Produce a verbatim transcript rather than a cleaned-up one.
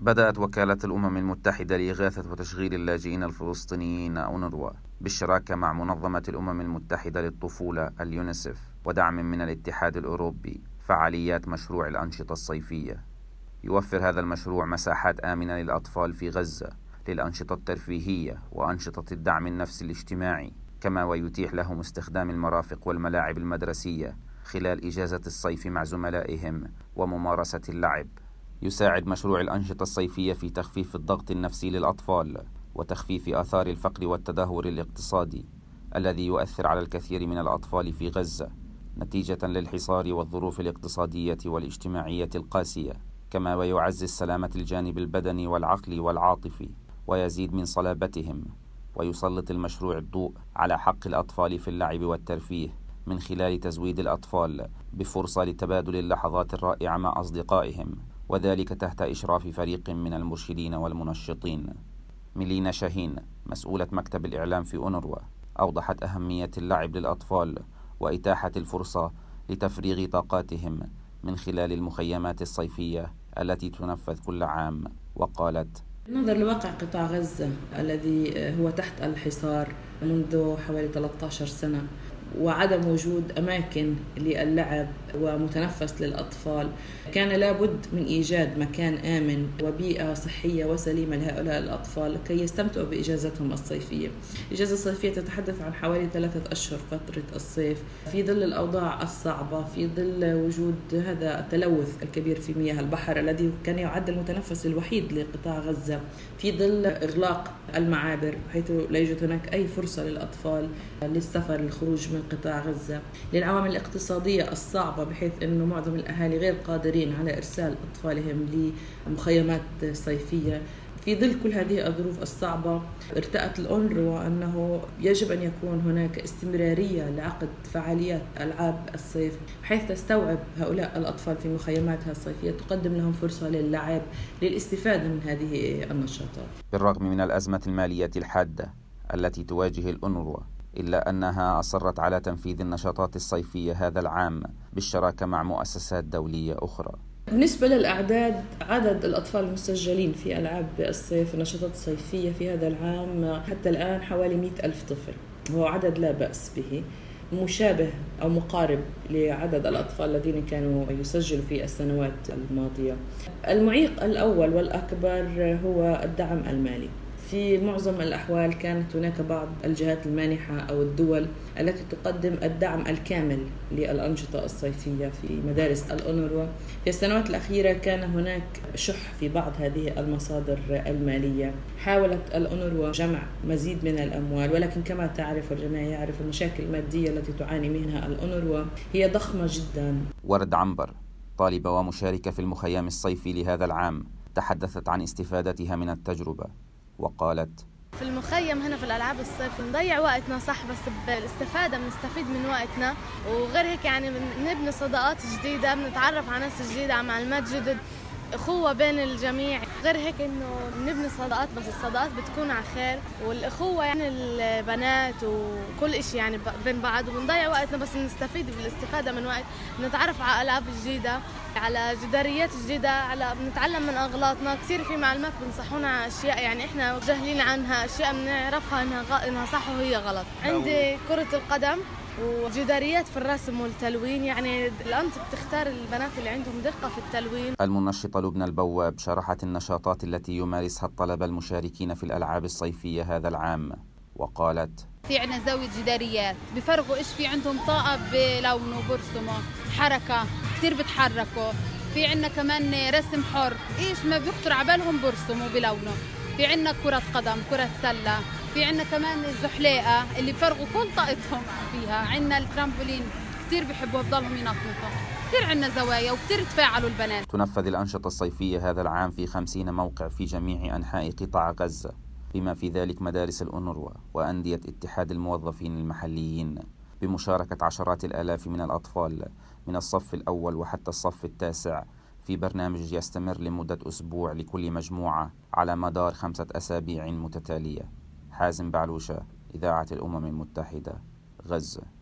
بدأت وكالة الأمم المتحدة لإغاثة وتشغيل اللاجئين الفلسطينيين أونروا بالشراكة مع منظمة الأمم المتحدة للطفولة اليونيسف ودعم من الاتحاد الأوروبي فعاليات مشروع الأنشطة الصيفية. يوفر هذا المشروع مساحات آمنة للأطفال في غزة للأنشطة الترفيهية وأنشطة الدعم النفسي الاجتماعي، كما ويتيح لهم استخدام المرافق والملاعب المدرسية خلال إجازة الصيف مع زملائهم وممارسة اللعب. يساعد مشروع الأنشطة الصيفية في تخفيف الضغط النفسي للأطفال وتخفيف آثار الفقر والتدهور الاقتصادي الذي يؤثر على الكثير من الأطفال في غزة نتيجة للحصار والظروف الاقتصادية والاجتماعية القاسية، كما ويعزز سلامة الجانب البدني والعقلي والعاطفي ويزيد من صلابتهم. ويسلط المشروع الضوء على حق الأطفال في اللعب والترفيه من خلال تزويد الأطفال بفرصة لتبادل اللحظات الرائعة مع أصدقائهم، وذلك تحت إشراف فريق من المرشدين والمنشطين. ميلينا شاهين مسؤولة مكتب الإعلام في أونروا أوضحت أهمية اللعب للأطفال وإتاحة الفرصة لتفريغ طاقاتهم من خلال المخيمات الصيفية التي تنفذ كل عام، وقالت: نظرا لواقع قطاع غزة الذي هو تحت الحصار منذ حوالي ثلاثة عشر سنة وعدم وجود أماكن للعب ومتنفس للأطفال، كان لابد من إيجاد مكان آمن وبيئة صحية وسليمة لهؤلاء الأطفال كي يستمتعوا بإجازتهم الصيفية. الإجازة الصيفية تتحدث عن حوالي ثلاثة أشهر فترة الصيف في ظل الأوضاع الصعبة، في ظل وجود هذا التلوث الكبير في مياه البحر الذي كان يعد المتنفس الوحيد لقطاع غزة، في ظل إغلاق المعابر حيث لا يوجد هناك أي فرصة للأطفال للسفر للخروج من قطاع غزة، للعوامل الاقتصادية الصعبة بحيث أنه معظم الأهالي غير قادرين على إرسال أطفالهم لمخيمات صيفية. في ظل كل هذه الظروف الصعبة ارتأت الأونروا أنه يجب أن يكون هناك استمرارية لعقد فعاليات ألعاب الصيف حيث تستوعب هؤلاء الأطفال في مخيماتها الصيفية، تقدم لهم فرصة للعب للاستفادة من هذه النشاطات. بالرغم من الأزمة المالية الحادة التي تواجه الأونروا، إلا أنها أصرت على تنفيذ النشاطات الصيفية هذا العام بالشراكة مع مؤسسات دولية أخرى. بالنسبة للأعداد، عدد الأطفال المسجلين في ألعاب الصيف النشاطات الصيفية في هذا العام حتى الآن حوالي مئة ألف طفل، وهو عدد لا بأس به، مشابه أو مقارب لعدد الأطفال الذين كانوا يسجلوا في السنوات الماضية. المعيق الأول والأكبر هو الدعم المالي. في معظم الأحوال كانت هناك بعض الجهات المانحة أو الدول التي تقدم الدعم الكامل للأنشطة الصيفية في مدارس الأونروا. في السنوات الأخيرة كان هناك شح في بعض هذه المصادر المالية. حاولت الأونروا جمع مزيد من الأموال، ولكن كما تعرف والجميع يعرف المشاكل المادية التي تعاني منها الأونروا هي ضخمة جدا. ورد عنبر طالبة ومشاركة في المخيم الصيفي لهذا العام تحدثت عن استفادتها من التجربة وقالت: في المخيم هنا في الألعاب الصيف نضيع وقتنا صح، بس بالاستفادة بنستفيد من وقتنا، وغير هيك يعني بنبني صداقات جديدة، بنتعرف على ناس جديدة، على معلومات جدد، أخوة بين الجميع. غير هيك إنه بنبني صداقات، بس الصداقات بتكون على خير، والأخوة يعني البنات وكل إشي يعني بين بعض، وبنضيع وقتنا بس بنستفيد بالاستفادة من وقت، بنتعرف على ألعاب جديدة، على جداريات جديدة، على بنتعلم من أغلاطنا. كثير في معلومات بنصحونا أشياء يعني إحنا جاهلين عنها، أشياء بنعرفها إنها غ... إنها صح وهي غلط. عندي كرة القدم وجداريات في الرسم والتلوين، يعني الأنت بتختار البنات اللي عندهم دقة في التلوين. المنشطة لبنى البواب شرحت النشاطات التي يمارسها الطلبة المشاركين في الألعاب الصيفية هذا العام وقالت: في عنا زاوية جداريات بفرغوا إيش في عندهم طاقة بلونه برسمه حركة كتير بتحركوا. في عنا كمان رسم حر، إيش ما بيخطر عبالهم برسموا بلونه. في عنا كرة قدم، كرة سلة. في عنا كمان الزحليقة اللي بفرغوا كل طاقتهم فيها. عنا الترامبولين كتير بيحبوا بضلهم ينطنطوا. كتير عنا زوايا وكتير تفاعلوا البنات. تنفذ الأنشطة الصيفية هذا العام في خمسين موقع في جميع أنحاء قطاع غزة، بما في ذلك مدارس الأونروا وأندية اتحاد الموظفين المحليين، بمشاركة عشرات الآلاف من الأطفال من الصف الأول وحتى الصف التاسع في برنامج يستمر لمدة أسبوع لكل مجموعة على مدار خمسة أسابيع متتالية. حازم بعلوشة، إذاعة الأمم المتحدة، غزة.